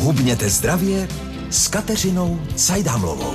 Hubněte zdravě s Kateřinou Cajdámlovou.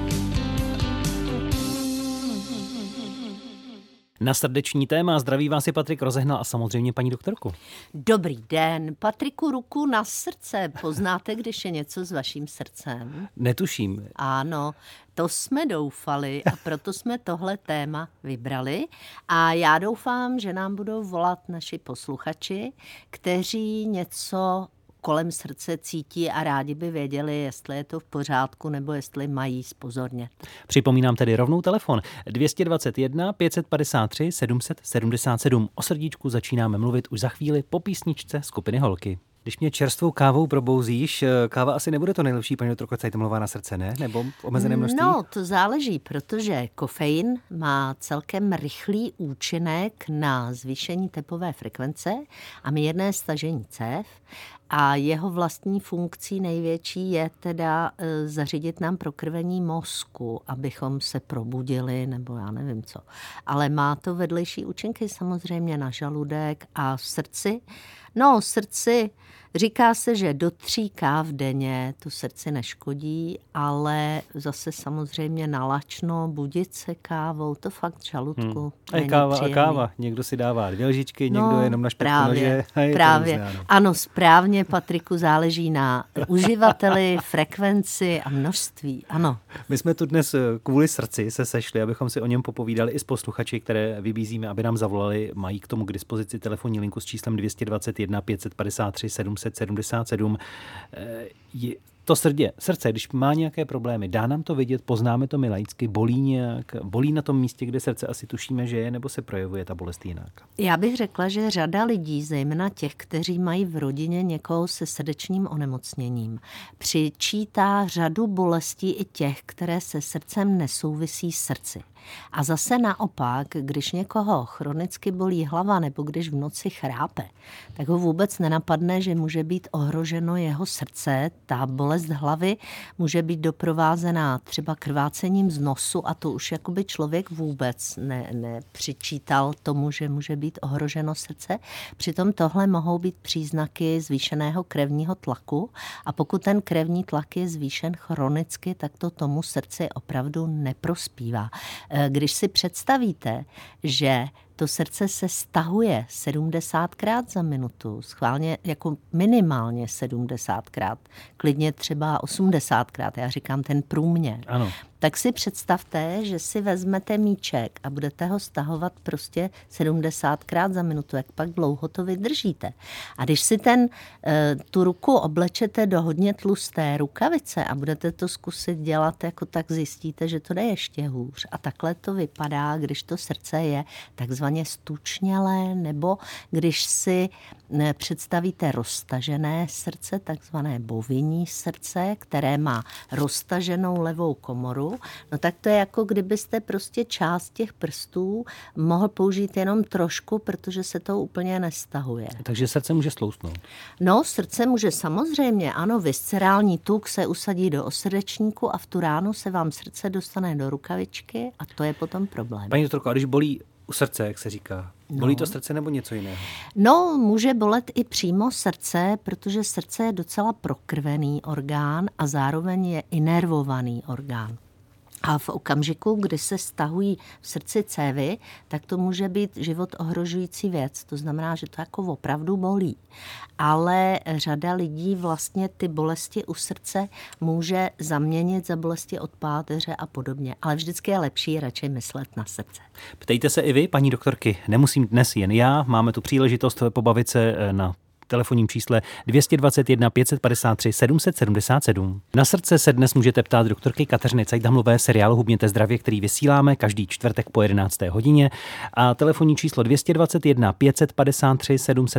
Na srdeční téma zdraví vás je Patrik Rozehnal a samozřejmě paní doktorku. Dobrý den. Patriku, ruku na srdce. Poznáte, když je něco s vaším srdcem? Netuším. Ano, to jsme doufali a proto jsme tohle téma vybrali. A já doufám, že nám budou volat naši posluchači, kteří něco kolem srdce cítí a rádi by věděli, jestli je to v pořádku nebo jestli mají zpozornět. Připomínám tedy rovnou telefon 221 553 777. O srdíčku začínáme mluvit už za chvíli po písničce skupiny Holky. Když mě čerstvou kávou probouzíš, káva asi nebude to nejlepší, paní doktorko Cajdámlová, na srdce, ne? Nebo v omezeném množství? No, to záleží, protože kofein má celkem rychlý účinek na zvýšení tepové frekvence a mírné stažení cév. A jeho vlastní funkcí největší je teda zařídit nám prokrvení mozku, abychom se probudili, nebo já nevím co. Ale má to vedlejší účinky samozřejmě na žaludek a v srdci. No, srdci, říká se, že do 3 káv denně to srdci neškodí, ale zase samozřejmě nalačno, budit se kávou, to fakt žaludku není příjemný. Káva, někdo si dává 2 lžičky, někdo jenom na špičku nože. Právě. Ano, správně, Patriku, záleží na uživateli, frekvenci a množství, ano. My jsme tu dnes kvůli srdci se sešli, abychom si o něm popovídali i s posluchači, které vybízíme, aby nám zavolali. Mají k tomu k dispozici telefonní linku s číslem 221 553 777. To srdce, když má nějaké problémy, dá nám to vidět, poznáme to my laicky, bolí nějak, bolí na tom místě, kde srdce asi tušíme, že je, nebo se projevuje ta bolest jinak? Já bych řekla, že řada lidí, zejména těch, kteří mají v rodině někoho se srdečním onemocněním, přičítá řadu bolestí i těch, které se srdcem nesouvisí srdci. A zase naopak, když někoho chronicky bolí hlava nebo když v noci chrápe, tak ho vůbec nenapadne, že může být ohroženo jeho srdce. Ta bolest hlavy může být doprovázená třeba krvácením z nosu a to už jakoby člověk vůbec nepřičítal tomu, že může být ohroženo srdce. Přitom tohle mohou být příznaky zvýšeného krevního tlaku a pokud ten krevní tlak je zvýšen chronicky, tak to tomu srdci opravdu neprospívá. Když si představíte, že to srdce se stahuje 70krát za minutu, schválně jako minimálně 70krát, klidně třeba 80krát, já říkám ten průměr. Ano. Tak si představte, že si vezmete míček a budete ho stahovat prostě 70krát za minutu, jak pak dlouho to vydržíte. A když si tu ruku oblečete do hodně tlusté rukavice a budete to zkusit dělat, jako tak zjistíte, že to jde ještě hůř. A takhle to vypadá, když to srdce je takzvaně stučnělé, nebo když si představíte roztažené srdce, takzvané bovinní srdce, které má roztaženou levou komoru, no tak to je jako kdybyste prostě část těch prstů mohl použít jenom trošku, protože se to úplně nestahuje. Takže srdce může stloustnout? No, srdce může samozřejmě, ano, viscerální tuk se usadí do osrdečníku a v tu ránu se vám srdce dostane do rukavičky a to je potom problém. Paní doktorko, a když bolí u srdce, jak se říká, bolí to srdce nebo něco jiného? No, může bolet i přímo srdce, protože srdce je docela prokrvený orgán a zároveň je inervovaný orgán. A v okamžiku, kdy se stahují v srdci cévy, tak to může být život ohrožující věc. To znamená, že to jako opravdu bolí. Ale řada lidí vlastně ty bolesti u srdce může zaměnit za bolesti od páteře a podobně. Ale vždycky je lepší radši myslet na srdce. Ptejte se i vy, paní doktorky. Nemusím dnes jen já. Máme tu příležitost pobavit se na telefonním čísle 221 553 777. Na srdce se dnes můžete ptát doktorky Kateřiny Cajdámlové seriálu Hubněte zdravě, který vysíláme každý čtvrtek po 11. hodině. A telefonní číslo 221 553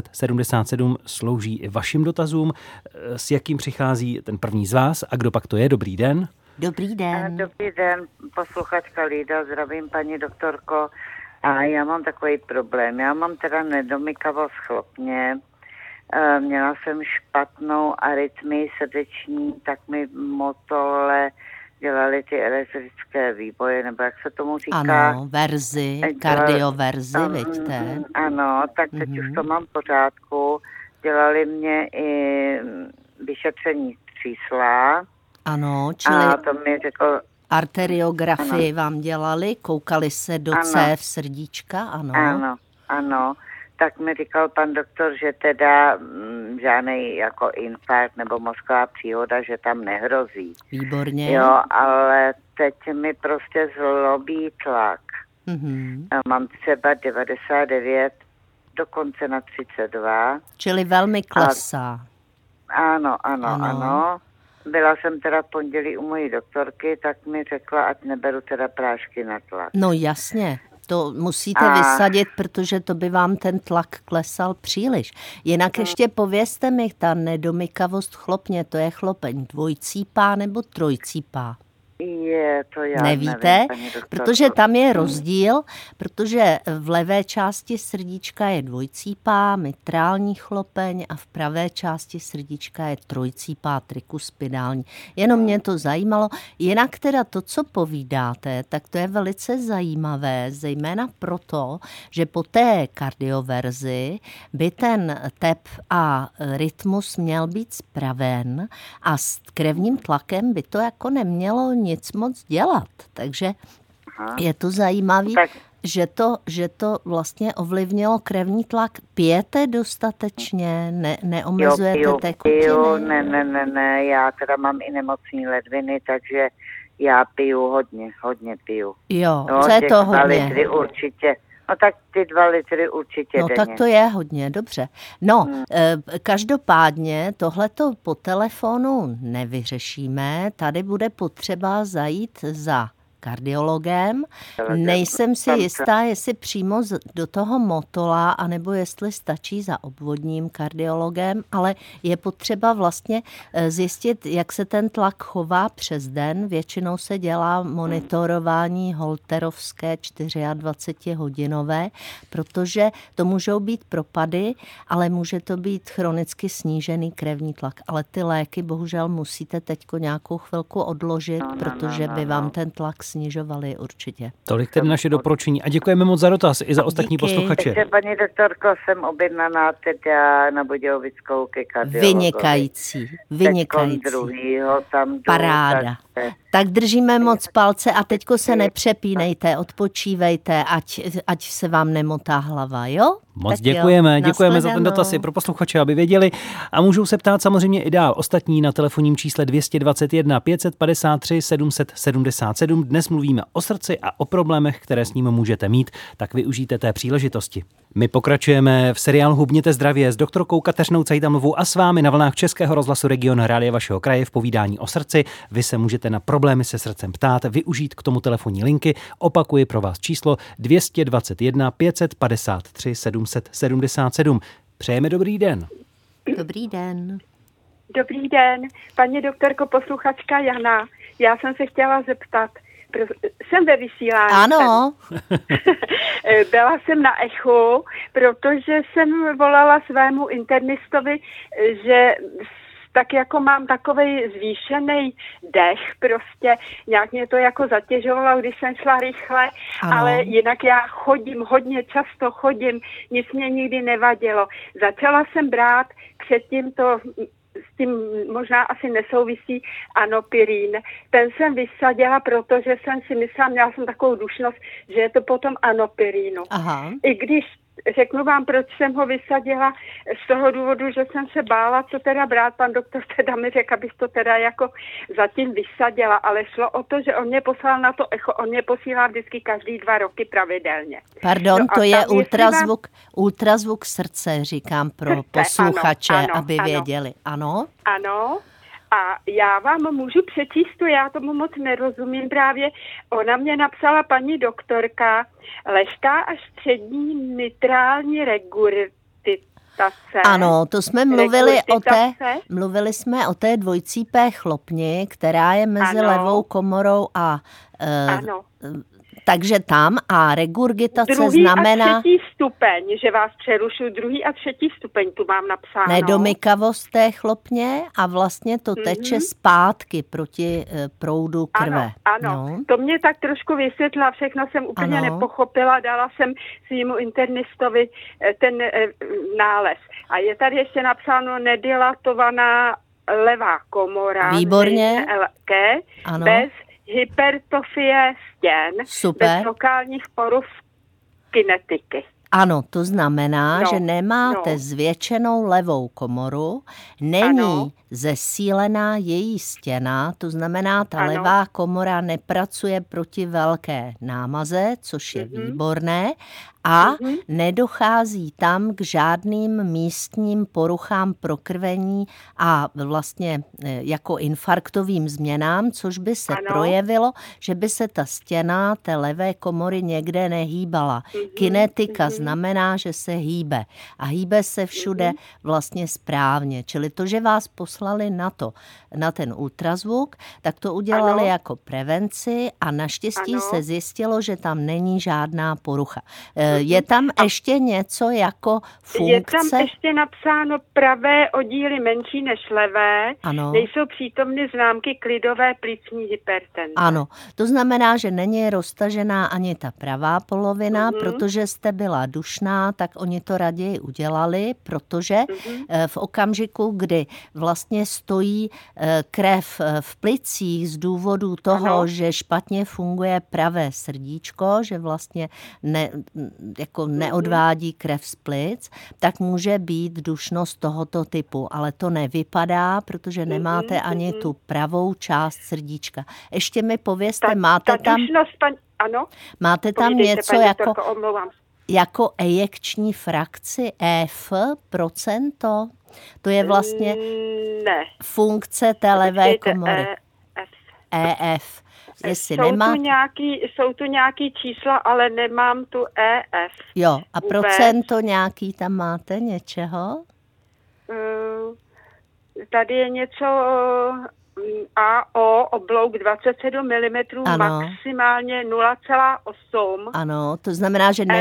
777 slouží i vašim dotazům, s jakým přichází ten první z vás a kdo pak to je. Dobrý den. Dobrý den. Dobrý den, posluchačka Lída, zdravím paní doktorko. A já mám takový problém. Já mám teda nedomykavost chlopně. Měla jsem špatnou arytmii srdeční, tak mi motole dělali ty elektrické výboje, nebo jak se tomu říká. Ano, verzi, kardioverzi, vidíte. Ano, tak teď už to mám v pořádku. Dělali mě i vyšetření třísla. Ano, čili A to mi řekl... arteriografii vám dělali, koukali se do cév srdíčka, ano. Ano. Tak mi říkal pan doktor, že teda žádný jako infarkt nebo mozková příhoda, že tam nehrozí. Výborně. Jo, ale teď mi prostě zlobí tlak. Mhm. Mám třeba 99, dokonce na 32. Čili velmi klesá. Ano. Byla jsem teda v pondělí u mojí doktorky, tak mi řekla, ať neberu teda prášky na tlak. No jasně. To musíte vysadit, protože to by vám ten tlak klesal příliš. Jinak ještě povězte mi, ta nedomykavost chlopně, to je chlopeň dvojcípá nebo trojcípá? To já Nevíte? nevím, Protože tam je rozdíl, protože v levé části srdíčka je dvojcípá, mitrální chlopeň a v pravé části srdíčka je trojcípá, trikuspidální. Jenom mě to zajímalo. Jinak teda to, co povídáte, tak to je velice zajímavé, zejména proto, že po té kardioverzi by ten tep a rytmus měl být spraven a s krevním tlakem by to jako nemělo nic moc dělat. Takže je to zajímavé, že to vlastně ovlivnilo krevní tlak. Pijete dostatečně? Neomezujete tekutiny? Ne, já teda mám i nemocní ledviny, takže já piju hodně piju. Jo, co je to hodně? 2 litry určitě. No tak ty 2 litry určitě denně. Tak to je hodně, dobře. No, každopádně tohleto po telefonu nevyřešíme. Tady bude potřeba zajít za kardiologem. Nejsem si jistá, jestli přímo do toho Motola, anebo jestli stačí za obvodním kardiologem, ale je potřeba vlastně zjistit, jak se ten tlak chová přes den. Většinou se dělá monitorování holterovské 24-hodinové, protože to můžou být propady, ale může to být chronicky snížený krevní tlak. Ale ty léky bohužel musíte teďko nějakou chvilku odložit, protože by vám ten tlak snižovali určitě. Tolik tedy naše doporučení a děkujeme moc za dotaz i za ostatní posluchače. Takže, paní doktorko, jsem objednaná teda na Budějovickou ke kardiologovi. Vynikající. Druhýho tam jdu. Paráda. Tak držíme moc palce a teďko se nepřepínejte, odpočívejte, ať se vám nemotá hlava, jo? Moc děkujeme za ten dotaz i pro posluchače, aby věděli a můžou se ptát samozřejmě i dál. Ostatní na telefonním čísle 221 553 777. Dnes mluvíme o srdci a o problémech, které s ním můžete mít, tak využijte té příležitosti. My pokračujeme v seriálu Hubněte zdravě s doktorkou Kateřinou Cajdamovou a s vámi na vlnách Českého rozhlasu Region Rádia vašeho kraje v povídání o srdci. Vy se můžete na problémy se srdcem ptát, využít k tomu telefonní linky. Opakuji pro vás číslo 221 553 777. Přejeme dobrý den. Dobrý den. Dobrý den, paní doktorko, posluchačka Jana. Já jsem se chtěla zeptat, jsem ve vysílání. Ano. Byla jsem na echu, protože jsem volala svému internistovi, že tak jako mám takovej zvýšený dech, prostě nějak mě to jako zatěžovalo, když jsem šla rychle, ale jinak já hodně často chodím, nic mě nikdy nevadilo. Začala jsem brát předtím to, s tím možná asi nesouvisí, anopirín. Ten jsem vysadila, protože jsem si myslela, měla jsem takovou dušnost, že je to potom anopirínu. Aha. I když řeknu vám, proč jsem ho vysadila, z toho důvodu, že jsem se bála, co teda brát, pan doktor teda mi řekl, abych to teda jako zatím vysadila, ale šlo o to, že on mě poslal na to echo, on mě posílá vždycky každý 2 roky pravidelně. Pardon, no to je ultrazvuk srdce, říkám pro posluchače, aby věděli. Ano? Ano. A já vám můžu přečíst, já tomu moc nerozumím právě. Ona mě napsala paní doktorka, lehká až střední mitrální regurgitace. Ano, to jsme mluvili jsme o té dvojcípé chlopni, která je mezi levou komorou a takže tam a regurgitace znamená... Druhý a 3. stupeň, že vás přerušuju, 2. a 3. stupeň tu mám napsáno. Nedomykavost té chlopně a vlastně to teče zpátky proti proudu krve. Ano. No. To mě tak trošku vysvětlila, všechno jsem úplně nepochopila, dala jsem svýmu internistovi ten nález. A je tady ještě napsáno nedilatovaná levá komora. Výborně. Ano. Bez hypertrofie stěn. Super. Bez fokálních porů kinetiky. Ano, to znamená, že nemáte zvětšenou levou komoru, není zesílená její stěna, to znamená, ta levá komora nepracuje proti velké námaze, což je výborné, a nedochází tam k žádným místním poruchám prokrvení a vlastně jako infarktovým změnám, což by se projevilo, že by se ta stěna té levé komory někde nehýbala. Kinetika znamená, že se hýbe a hýbe se všude vlastně správně. Čili to, že vás poslali na ten ultrazvuk, tak to udělali jako prevenci a naštěstí se zjistilo, že tam není žádná porucha. Je tam ještě něco jako funkce? Je tam ještě napsáno pravé oddíly menší než levé. Ano. Nejsou přítomny známky klidové plicní hypertenze. Ano, to znamená, že není roztažená ani ta pravá polovina, protože jste byla dušná, tak oni to raději udělali, protože v okamžiku, kdy vlastně stojí krev v plicích z důvodu toho, že špatně funguje pravé srdíčko, že vlastně neodvádí krev z plic, tak může být dušnost tohoto typu, ale to nevypadá, protože nemáte ani tu pravou část srdíčka. Ještě mi povězte, máte tam... Máte tam něco jako ejekční frakci EF procento? To je vlastně funkce té levé komory. EF. Jsou tu nějaký čísla, ale nemám tu EF. Jo, a procento nějaký tam máte něčeho? Tady je něco AO, oblouk 27 mm, maximálně 0,8. Ano, to znamená, že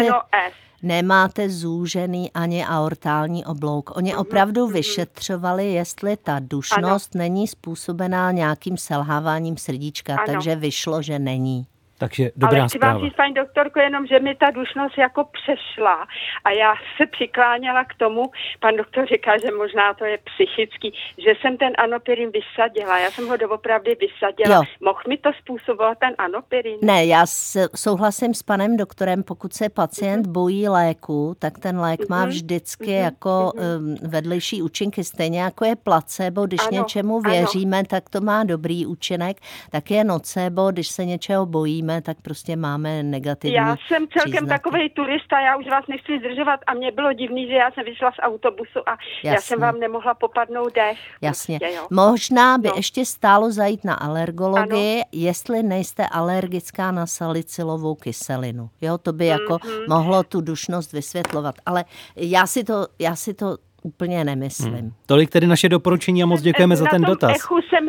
nemáte zúžený ani aortální oblouk. Oni opravdu vyšetřovali, jestli ta dušnost není způsobená nějakým selháváním srdíčka, takže vyšlo, že není. Takže dobrá zpráva. Ale chci vám říct, paní doktorko, jenom, že mi ta dušnost jako přešla a já se přikláněla k tomu, pan doktor říkal, že možná to je psychický, že jsem ten anopirin vysadila. Já jsem ho doopravdy vysadila. Mohl mi to způsobovat ten anopirin? Ne, já souhlasím s panem doktorem, pokud se pacient bojí léku, tak ten lék má vždycky jako vedlejší účinky, stejně jako je placebo, když něčemu věříme, tak to má dobrý účinek, tak je nocebo, když se něčeho bojíme, tak prostě máme negativní Já jsem celkem příznaky. Takovej turista, já už vás nechci zdržovat a mě bylo divný, že já jsem vyšla z autobusu a já jsem vám nemohla popadnout dech. Jasně. Prostě, možná by ještě stálo zajít na alergologii, jestli nejste alergická na salicylovou kyselinu. Jo, to by jako mohlo tu dušnost vysvětlovat, ale já si to úplně nemyslím. Tolik tedy naše doporučení a moc děkujeme za ten dotaz. Echu jsem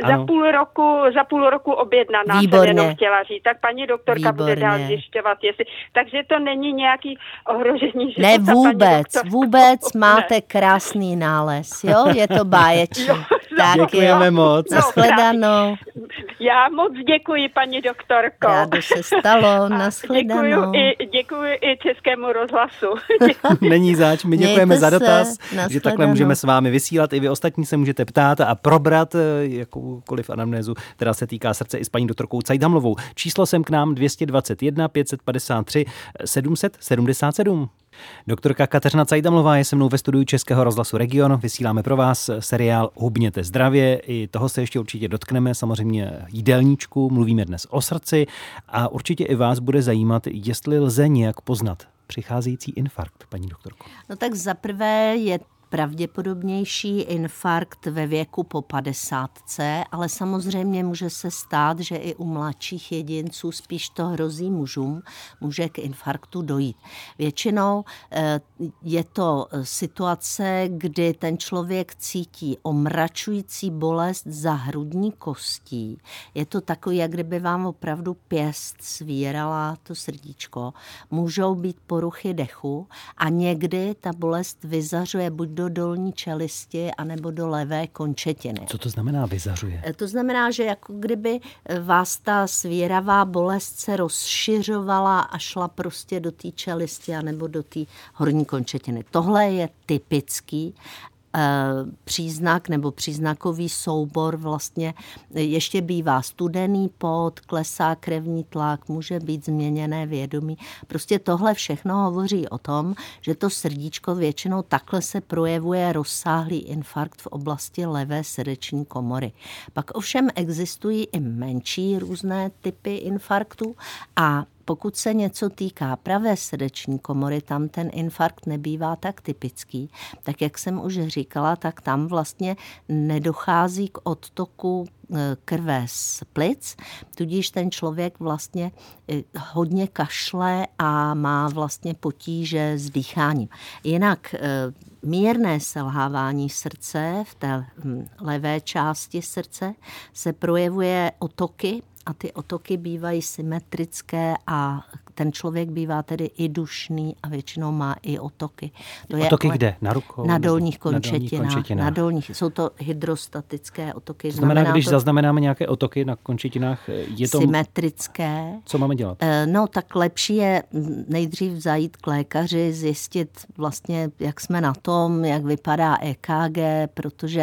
za půl roku objednaná, jsem jenom chtěla říct. Tak paní doktorka bude dál zjišťovat, jestli... Takže to není nějaký ohrožení života. Ne, vůbec máte krásný nález, jo? Je to báječný. Děkujeme moc. Nashledanou. Já moc děkuji, paní doktorko. Rádo se stalo, nashledanou. Děkuji i Českému rozhlasu. Není zač, my děkujeme za dotaz, že takhle můžeme s vámi vysílat. I vy ostatní se můžete ptát a probrat jakoukoliv anamnézu, která se týká srdce, i s paní doktorkou Cajdhamlovou. Číslo sem k nám 221 553 777. Doktorka Kateřina Cajdhamlová je se mnou ve studiu Českého rozhlasu Region. Vysíláme pro vás seriál Hubněte zdravě. I toho se ještě určitě dotkneme, samozřejmě jídelníčku. Mluvíme dnes o srdci a určitě i vás bude zajímat, jestli lze nějak poznat přicházející infarkt, paní doktorko. No tak zaprvé je pravděpodobnější infarkt ve věku po 50, ale samozřejmě může se stát, že i u mladších jedinců, spíš to hrozí mužům, může k infarktu dojít. Většinou je to situace, kdy ten člověk cítí omračující bolest za hrudní kostí. Je to takový, jak kdyby vám opravdu pěst svírala to srdíčko. Můžou být poruchy dechu a někdy ta bolest vyzařuje buď do dolní čelisti anebo do levé končetiny. Co to znamená vyzařuje? To znamená, že jako kdyby vás ta svíravá bolest se rozšiřovala a šla prostě do té čelisti anebo do té horní končetiny. Tohle je typický příznak nebo příznakový soubor vlastně ještě bývá studený pot, klesá krevní tlak, může být změněné vědomí. Prostě tohle všechno hovoří o tom, že to srdíčko většinou takhle se projevuje rozsáhlý infarkt v oblasti levé srdeční komory. Pak ovšem existují i menší různé typy infarktů a pokud se něco týká pravé srdeční komory, tam ten infarkt nebývá tak typický. Tak jak jsem už říkala, tak tam vlastně nedochází k odtoku krve z plic, tudíž ten člověk vlastně hodně kašle a má vlastně potíže s dýcháním. Jinak mírné selhávání srdce v té levé části srdce se projevuje otoky, a ty otoky bývají symetrické a ten člověk bývá tedy i dušný a většinou má i otoky. Otoky kde? Na rukou? Na dolních končetinách. Na dolních. Jsou to hydrostatické otoky. To znamená, když zaznamenáme nějaké otoky na končetinách, je to symetrické. Co máme dělat? No tak lepší je nejdřív zajít k lékaři, zjistit vlastně, jak jsme na tom, jak vypadá EKG, protože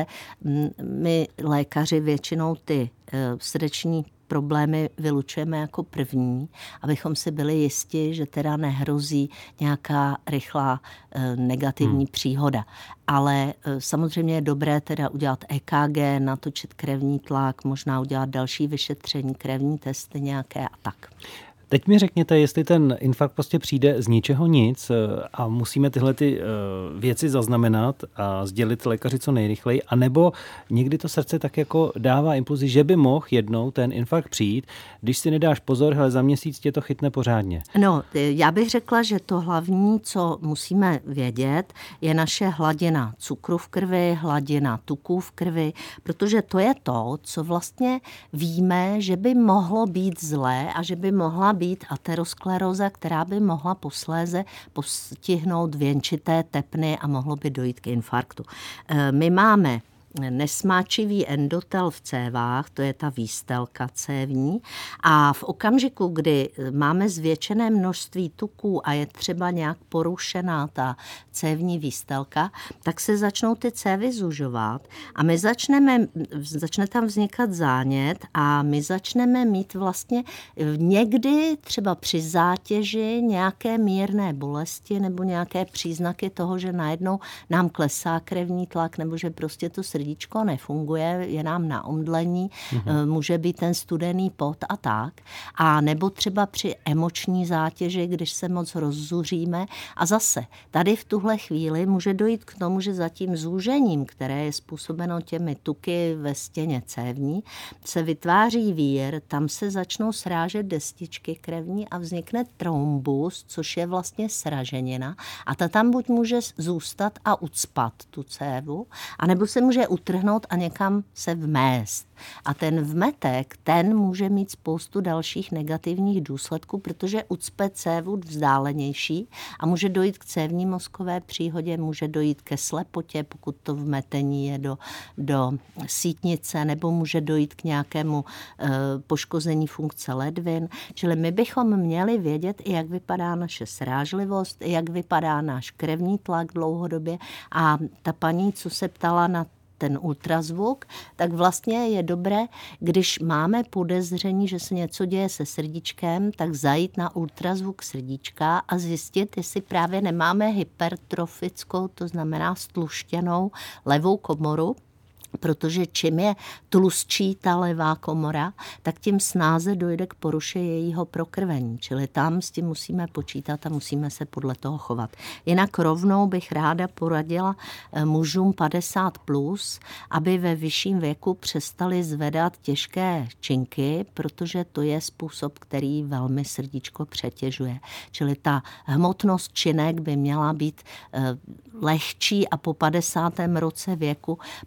my lékaři většinou ty srdeční problémy vylučujeme jako první, abychom si byli jisti, že teda nehrozí nějaká rychlá negativní příhoda. Ale samozřejmě je dobré teda udělat EKG, natočit krevní tlak, možná udělat další vyšetření, krevní testy nějaké a tak. Teď mi řekněte, jestli ten infarkt prostě přijde z ničeho nic a musíme tyhle ty věci zaznamenat a sdělit lékaři co nejrychleji, anebo někdy to srdce tak jako dává impulzy, že by mohl jednou ten infarkt přijít, když si nedáš pozor, hele, za měsíc tě to chytne pořádně. No, já bych řekla, že to hlavní, co musíme vědět, je naše hladina cukru v krvi, hladina tuků v krvi, protože to je to, co vlastně víme, že by mohlo být zlé a že by mohla být ateroskleróza, která by mohla posléze postihnout věnčité tepny a mohlo by dojít k infarktu. My máme nesmáčivý endotel v cévách, to je ta výstelka cévní, a v okamžiku, kdy máme zvětšené množství tuků a je třeba nějak porušená ta cévní výstelka, tak se začnou ty cévy zužovat a my začne tam vznikat zánět a my začneme mít vlastně někdy třeba při zátěži nějaké mírné bolesti nebo nějaké příznaky toho, že najednou nám klesá krevní tlak nebo že prostě to srdíčko nefunguje, je nám na omdlení, může být ten studený pot a tak. A nebo třeba při emoční zátěži, když se moc rozzuříme. A zase, tady v tuhle chvíli může dojít k tomu, že za tím zúžením, které je způsobeno těmi tuky ve stěně cévní, se vytváří vír, tam se začnou srážet destičky krevní a vznikne trombus, což je vlastně sraženina. A ta tam buď může zůstat a ucpat tu cévu, anebo se může utrhnout a někam se vmést. A ten vmetek, ten může mít spoustu dalších negativních důsledků, protože ucpe cévu vzdálenější a může dojít k cévní mozkové příhodě, může dojít ke slepotě, pokud to vmetení je do sítnice, nebo může dojít k nějakému poškození funkce ledvin. Čili my bychom měli vědět, i jak vypadá naše srážlivost, i jak vypadá náš krevní tlak dlouhodobě. A ta paní, co se ptala na ten ultrazvuk, tak vlastně je dobré, když máme podezření, že se něco děje se srdíčkem, tak zajít na ultrazvuk srdíčka a zjistit, jestli právě nemáme hypertrofickou, to znamená stluštěnou levou komoru, protože čím je tlustší ta levá komora, tak tím snáze dojde k poruše jejího prokrvení. Čili tam s tím musíme počítat a musíme se podle toho chovat. Jinak rovnou bych ráda poradila mužům 50+, aby ve vyšším věku přestali zvedat těžké činky, protože to je způsob, který velmi srdíčko přetěžuje. Čili ta hmotnost činek by měla být lehčí a po 50. roce věku maximálně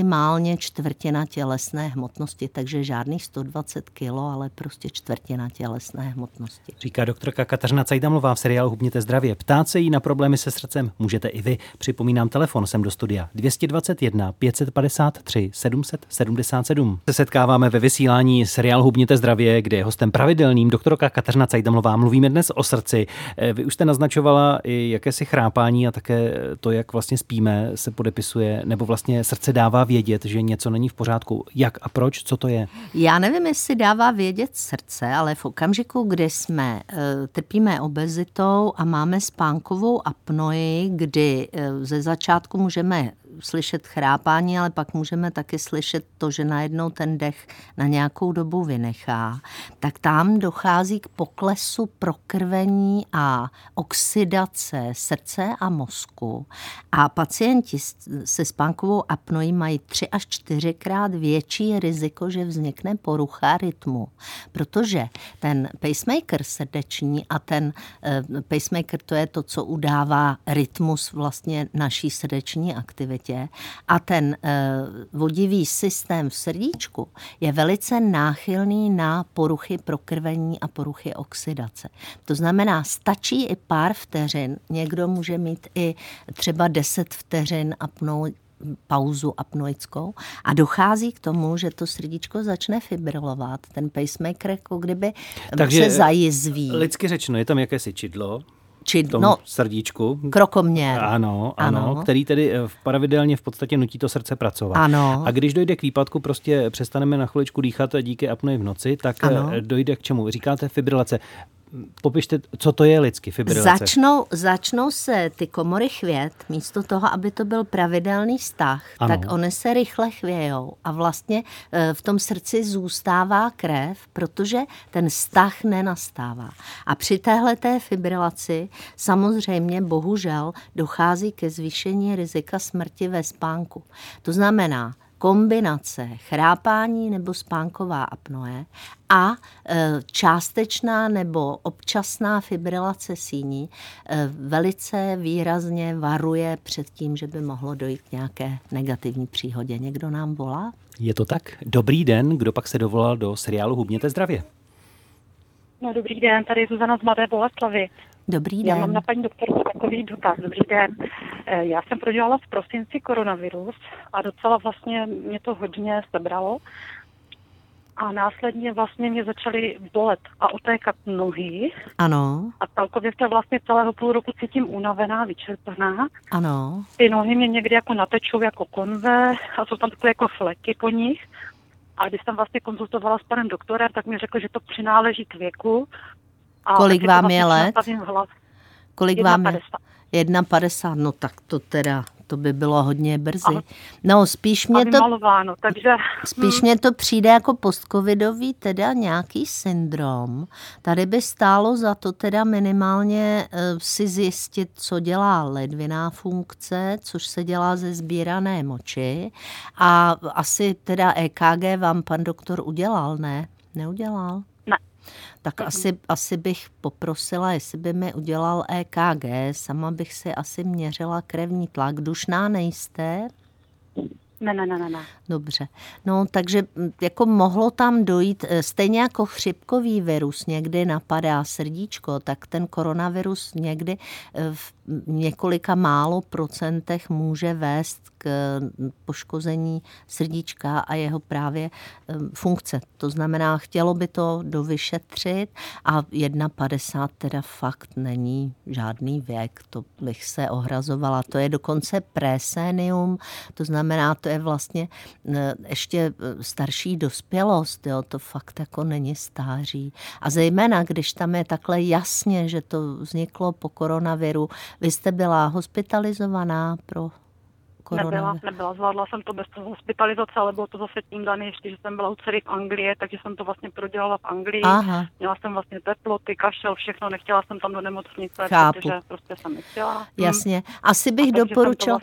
maximálně čtvrtina tělesné hmotnosti, takže žádných 120 kilo, ale prostě čtvrtina tělesné hmotnosti. Říká doktorka Kateřina Cajdamlová v seriálu Hubněte zdravě. Ptát se jí na problémy se srdcem můžete i vy. Připomínám telefon sem do studia 221 553 777. Se setkáváme ve vysílání seriálu Hubněte zdravě, kde je hostem pravidelným doktorka Kateřina Cajdamlová. Mluvíme dnes o srdci. Vy už jste naznačovala i jakési chrápání a také to, jak vlastně spíme, se podepisuje, nebo vlastně srdce dává vědět, že něco není v pořádku. Jak a proč? Co to je? Já nevím, jestli dává vědět srdce, ale v okamžiku, kdy jsme trpíme obezitou a máme spánkovou apnoji, kdy ze začátku můžeme slyšet chrápání, ale pak můžeme taky slyšet to, že najednou ten dech na nějakou dobu vynechá, tak tam dochází k poklesu prokrvení a oxidace srdce a mozku. A pacienti se spánkovou apnoí mají 3 až 4krát větší riziko, že vznikne porucha rytmu. Protože ten pacemaker srdeční a ten pacemaker, to je to, co udává rytmus vlastně naší srdeční aktivitě, a ten vodivý systém v srdíčku je velice náchylný na poruchy prokrvení a poruchy oxidace. To znamená, stačí i pár vteřin, někdo může mít i třeba 10 vteřin pauzu apnoickou a dochází k tomu, že to srdíčko začne fibrilovat. Ten pacemaker jako kdyby se zajizví. Lidsky řečeno, je tam jakési čidlo, srdíčku. Krokoměr. Ano, který tedy pravidelně v podstatě nutí to srdce pracovat. Ano. A když dojde k výpadku, prostě přestaneme na chviličku dýchat díky apnoji v noci, tak dojde k čemu? Říkáte fibrilace. Popište, co to je lidsky fibrilace. Začnou se ty komory chvět, místo toho, aby to byl pravidelný vztah, tak ony se rychle chvějou a vlastně v tom srdci zůstává krev, protože ten vztah nenastává. A při téhleté fibrilaci samozřejmě bohužel dochází ke zvýšení rizika smrti ve spánku. To znamená, kombinace chrápání nebo spánková apnoe a částečná nebo občasná fibrilace síní velice výrazně varuje před tím, že by mohlo dojít k nějaké negativní příhodě. Někdo nám volá? Je to tak? Dobrý den, kdo pak se dovolal do seriálu Hubněte zdravě? No, dobrý den, tady je Zuzana z Mladé Boleslavi. Dobrý den. Já mám na paní doktorku takový dotaz. Dobrý den. Já jsem prodělala v prosinci koronavirus a docela vlastně mě to hodně sebralo. A následně vlastně mě začaly bolet a otékat nohy. Ano. A celkově se vlastně celého půl roku cítím unavená, vyčerpaná. Ano. Ty nohy mě někdy jako natečou jako konve a jsou tam takové jako fleky po nich. A když jsem vlastně konzultovala s panem doktorem, tak mi řekl, že to přináleží k věku. A kolik vám je let? Kolik vám je? 1,50. No tak to by bylo hodně brzy. No spíš mě to přijde jako postcovidový teda nějaký syndrom. Tady by stálo za to teda minimálně si zjistit, co dělá ledviná funkce, což se dělá ze sbírané moči. A asi teda EKG vám pan doktor udělal, ne? Neudělal? Tak asi bych poprosila, jestli by mi udělal EKG, sama bych si asi měřila krevní tlak. Dušná nejste? Ne. Dobře. No, takže jako mohlo tam dojít, stejně jako chřipkový virus někdy napadá srdíčko, tak ten koronavirus někdy v několika málo procentech může vést k poškození srdíčka a jeho právě funkce. To znamená, chtělo by to dovyšetřit a 1,50 teda fakt není žádný věk, to bych se ohrazovala. To je dokonce presénium, to znamená, to je vlastně ještě starší dospělost, jo, to fakt jako není stáří. A zejména, když tam je takhle jasně, že to vzniklo po koronaviru, vy jste byla hospitalizovaná pro koronavirus? Nebyla. Zvládla jsem to bez toho hospitalizace, ale bylo to zase tím daný ještě, že jsem byla u dcery v Anglii, takže jsem to vlastně prodělala v Anglii. Aha. Měla jsem vlastně teploty, kašel, všechno, nechtěla jsem tam do nemocnice, Chápu. protože prostě jsem nechtěla. Jasně. Asi bych doporučila...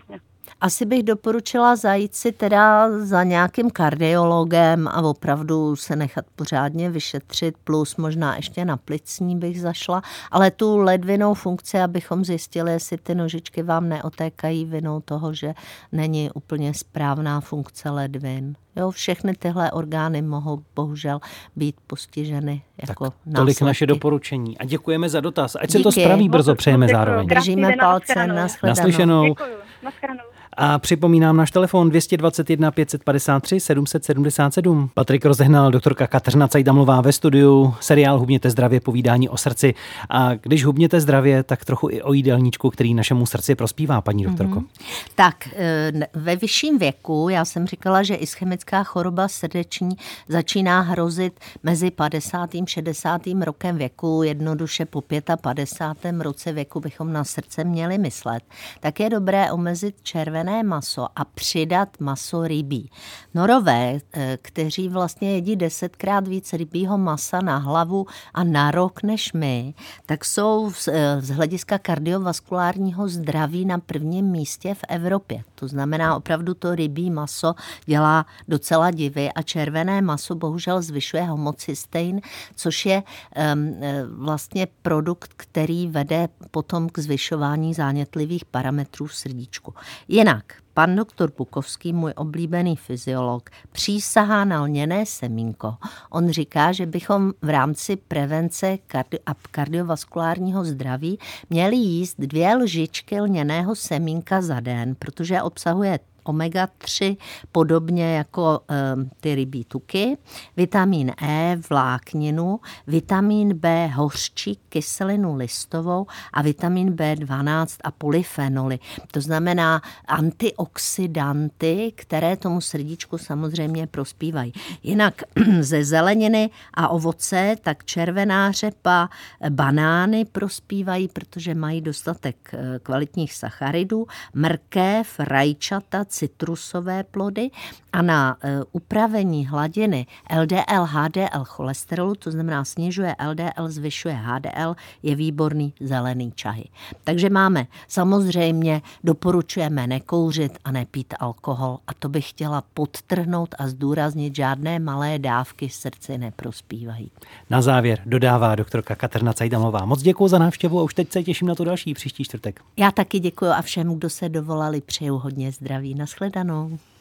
Asi bych doporučila zajít si teda za nějakým kardiologem a opravdu se nechat pořádně vyšetřit, plus možná ještě na plicní bych zašla, ale tu ledvinou funkci, abychom zjistili, jestli ty nožičky vám neotékají vinou toho, že není úplně správná funkce ledvin. Jo, všechny tyhle orgány mohou bohužel být postiženy jako následky. Tolik naše doporučení a děkujeme za dotaz. Ať se to spraví brzo, přejeme zároveň. Držíme palce, naslyšenou. Děkuju, nashledanou. A připomínám náš telefon 221 553 777. Patrik rozehnal, doktorka Kateřina Cajdamlová ve studiu, seriál Hubněte zdravě, povídání o srdci. A když hubněte zdravě, tak trochu i o jídelníčku, který našemu srdci prospívá, paní doktorko. Tak ve vyšším věku, já jsem říkala, že ischemická choroba srdeční začíná hrozit mezi 50. a 60. rokem věku, jednoduše po 55. roce věku bychom na srdce měli myslet. Tak je dobré omezit červené maso a přidat maso rybí. Norové, kteří vlastně jedí 10krát víc rybího masa na hlavu a na rok než my, tak jsou z hlediska kardiovaskulárního zdraví na prvním místě v Evropě. To znamená, opravdu to rybí maso dělá docela divy a červené maso bohužel zvyšuje homocystein, což je vlastně produkt, který vede potom k zvyšování zánětlivých parametrů v srdíčku. Jinak, pan doktor Bukovský, můj oblíbený fyziolog, přísahá na lněné semínko. On říká, že bychom v rámci prevence kardiovaskulárního zdraví měli jíst 2 lžičky lněného semínka za den, protože obsahuje omega-3, podobně jako ty rybí tuky, vitamin E, vlákninu, vitamin B, hořčík, kyselinu listovou a vitamin B12 a polyfenoly. To znamená antioxidanty, které tomu srdíčku samozřejmě prospívají. Jinak ze zeleniny a ovoce, tak červená řepa, banány prospívají, protože mají dostatek kvalitních sacharidů, mrkev, rajčata, citrusové plody a na upravení hladiny LDL, HDL cholesterolu, to znamená snižuje LDL, zvyšuje HDL, je výborný zelený čaj. Takže máme, samozřejmě doporučujeme nekouřit a nepít alkohol a to bych chtěla podtrhnout a zdůraznit, žádné malé dávky srdci neprospívají. Na závěr dodává doktorka Kateřina Cajdamlová. Moc děkuji za návštěvu a už teď se těším na to další příští čtvrtek. Já taky děkuji a všem, kdo se dovolali, přeju hodně zdraví. Nashledanou.